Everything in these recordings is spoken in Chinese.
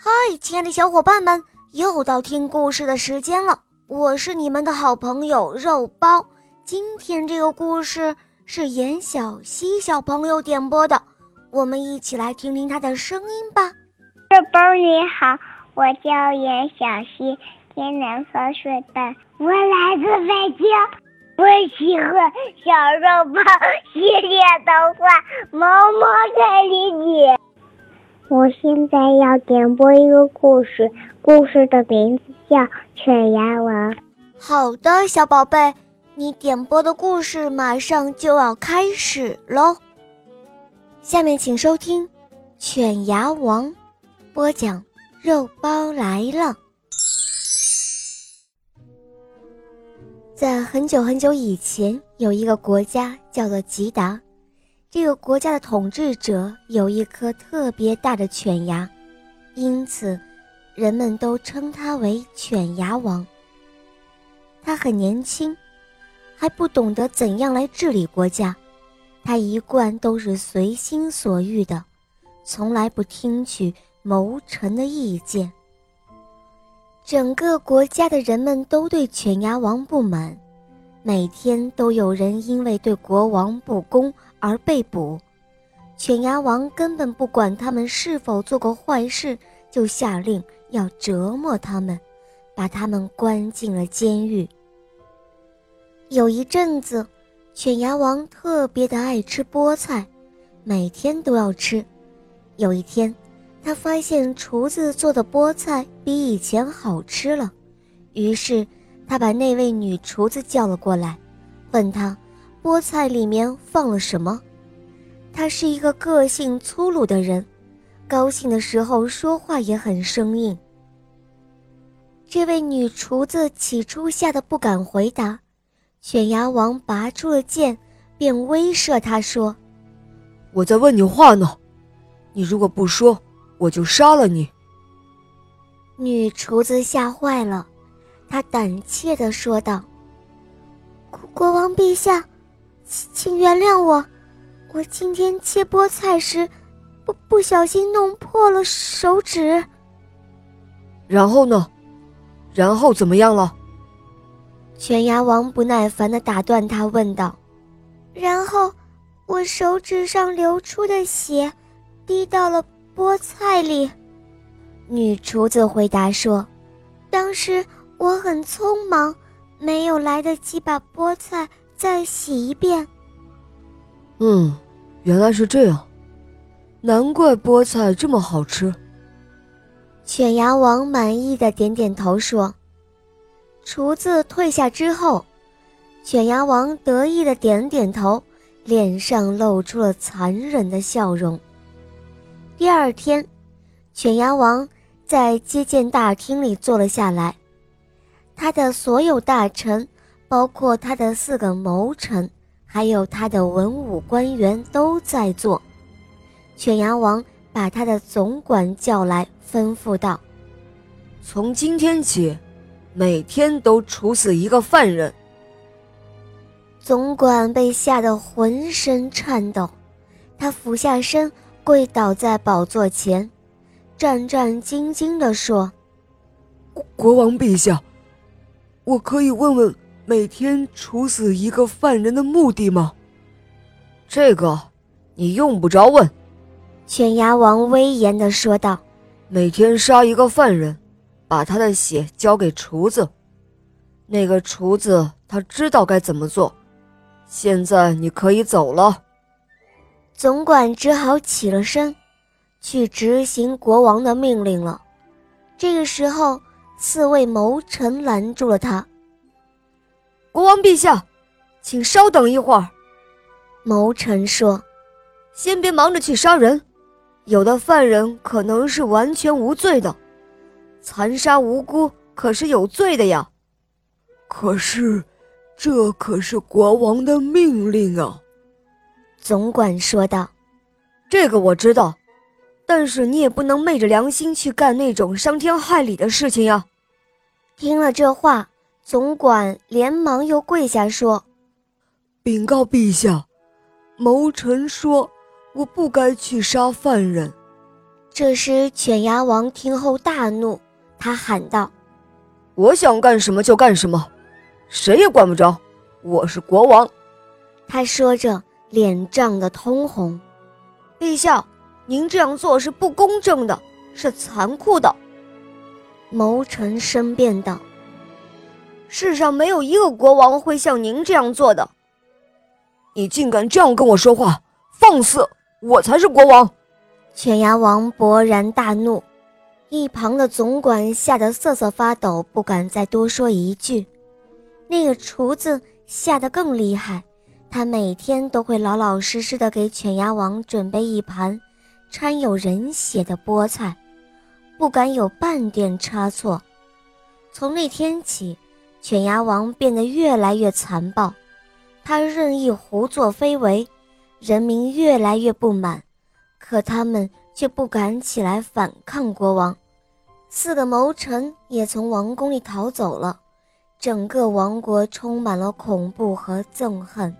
嗨，亲爱的小伙伴们，又到听故事的时间了。我是你们的好朋友肉包。今天这个故事是严小希小朋友点播的，我们一起来听听他的声音吧。 肉包你好，我叫严小希，天南风水班，我来自北京。我喜欢小肉包系列动画《毛毛太理解》。我现在要点播一个故事，故事的名字叫《犬牙王》。 好的，小宝贝，你点播的故事马上就要开始咯。下面请收听《犬牙王》，播讲肉包来了。在很久很久以前，有一个国家叫做吉达。这个国家的统治者有一颗特别大的犬牙，因此人们都称他为犬牙王。他很年轻，还不懂得怎样来治理国家，他一贯都是随心所欲的，从来不听取谋臣的意见。整个国家的人们都对犬牙王不满，每天都有人因为对国王不公而被捕。犬牙王根本不管他们是否做过坏事，就下令要折磨他们，把他们关进了监狱。有一阵子，犬牙王特别的爱吃菠菜，每天都要吃。有一天，他发现厨子做的菠菜比以前好吃了，于是他把那位女厨子叫了过来，问她菠菜里面放了什么。她是一个个性粗鲁的人，高兴的时候说话也很生硬。这位女厨子起初吓得不敢回答，犬牙王拔出了剑，便威慑她说： 我在问你话呢，你如果不说，我就杀了你。 女厨子吓坏了，她胆怯地说道：国王陛下，请原谅我，我今天切菠菜时不小心弄破了手指。 然后呢？然后怎么样了？ 犬牙王不耐烦地打断他问道：然后我手指上流出的血滴到了菠菜里。女厨子回答说：当时我很匆忙，没有来得及把菠菜再洗一遍。 原来是这样，难怪菠菜这么好吃。 犬牙王满意的点点头说。厨子退下之后，犬牙王得意的点点头，脸上露出了残忍的笑容。第二天，犬牙王在接见大厅里坐了下来，他的所有大臣，包括他的4个谋臣，还有他的文武官员都在座。犬牙王把他的总管叫来，吩咐道： 从今天起，每天都处死一个犯人。 总管被吓得浑身颤抖，他俯下身跪倒在宝座前，战战兢兢地说： 国王陛下，我可以问问每天处死一个犯人的目的吗？这个你用不着问。 犬牙王威严地说道： 每天杀一个犯人，把他的血交给厨子，那个厨子他知道该怎么做。现在你可以走了。 总管只好起了身，去执行国王的命令了。这个时候，4位谋臣拦住了他。 国王陛下，请稍等一会儿。 谋臣说： 先别忙着去杀人，有的犯人可能是完全无罪的，残杀无辜可是有罪的呀。可是这可是国王的命令啊。 总管说道： 这个我知道，但是你也不能昧着良心去干那种伤天害理的事情呀。 听了这话，总管连忙又跪下说： 禀告陛下，谋臣说我不该去杀犯人， 这时犬牙王听后大怒，他喊道： 我想干什么就干什么，谁也管不着，我是国王。 他说着脸涨得通红。 陛下，您这样做是不公正的，是残酷的。 谋臣申辩道： 世上没有一个国王会像您这样做的。你竟敢这样跟我说话，放肆！我才是国王！ 犬牙王勃然大怒，一旁的总管吓得瑟瑟发抖，不敢再多说一句。那个厨子吓得更厉害，他每天都会老老实实地给犬牙王准备一盘掺有人血的菠菜，不敢有半点差错。从那天起，犬牙王变得越来越残暴，他任意胡作非为，人民越来越不满，可他们却不敢起来反抗国王。4个谋臣也从王宫里逃走了，整个王国充满了恐怖和憎恨。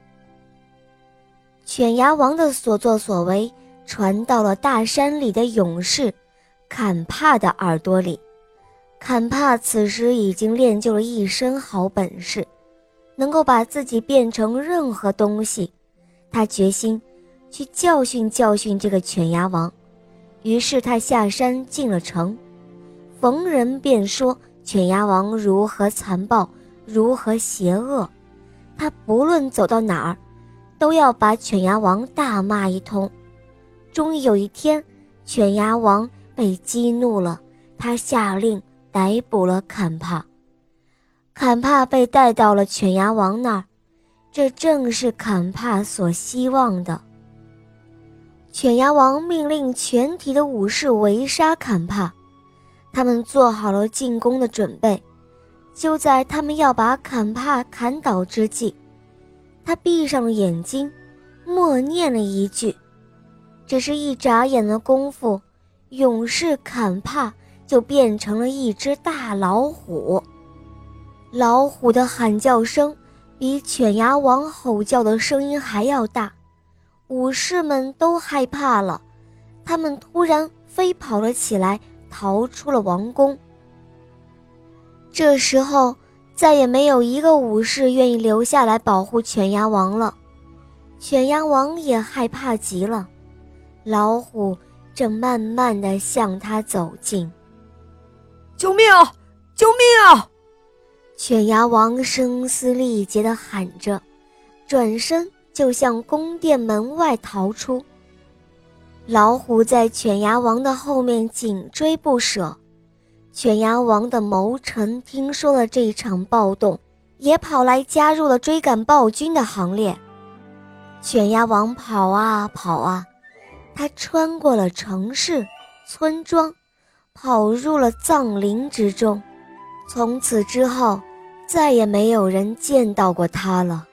犬牙王的所作所为传到了大山里的勇士坎帕的耳朵里。坎帕此时已经练就了一身好本事，能够把自己变成任何东西。他决心去教训教训这个犬牙王，于是他下山进了城，逢人便说犬牙王如何残暴，如何邪恶。他不论走到哪儿，都要把犬牙王大骂一通。终于有一天，犬牙王被激怒了，他下令逮捕了坎帕。坎帕被带到了犬牙王那儿，这正是坎帕所希望的。犬牙王命令全体的武士围杀坎帕，他们做好了进攻的准备。就在他们要把坎帕砍倒之际，他闭上了眼睛，默念了一句，只是一眨眼的功夫，勇士坎帕就变成了一只大老虎。老虎的喊叫声比犬牙王吼叫的声音还要大，武士们都害怕了，他们突然飞跑了起来，逃出了王宫。这时候再也没有一个武士愿意留下来保护犬牙王了，犬牙王也害怕极了。老虎正慢慢地向他走近。 救命啊！救命啊！ 犬牙王声嘶力竭地喊着，转身就向宫殿门外逃出。老虎在犬牙王的后面紧追不舍。犬牙王的谋臣听说了这场暴动，也跑来加入了追赶暴君的行列。犬牙王跑啊跑啊，他穿过了城市、村庄，跑入了藏林之中。从此之后，再也没有人见到过他了。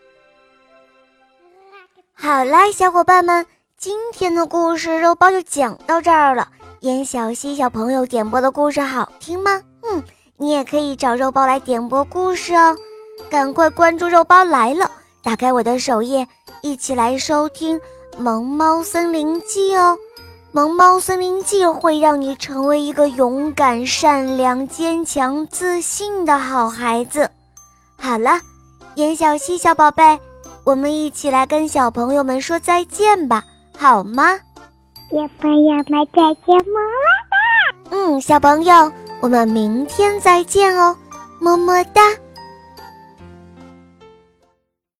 好啦，小伙伴们，今天的故事肉包就讲到这儿了。严小希小朋友点播的故事好听吗？你也可以找肉包来点播故事哦。赶快关注肉包来了，打开我的首页，一起来收听《萌猫森林记》哦。萌猫森林记会让你成为一个勇敢、善良、坚强、自信的好孩子。好了，严小希小宝贝，我们一起来跟小朋友们说再见吧，好吗？ 小朋友们再见，么么哒。 小朋友，我们明天再见哦，么么哒。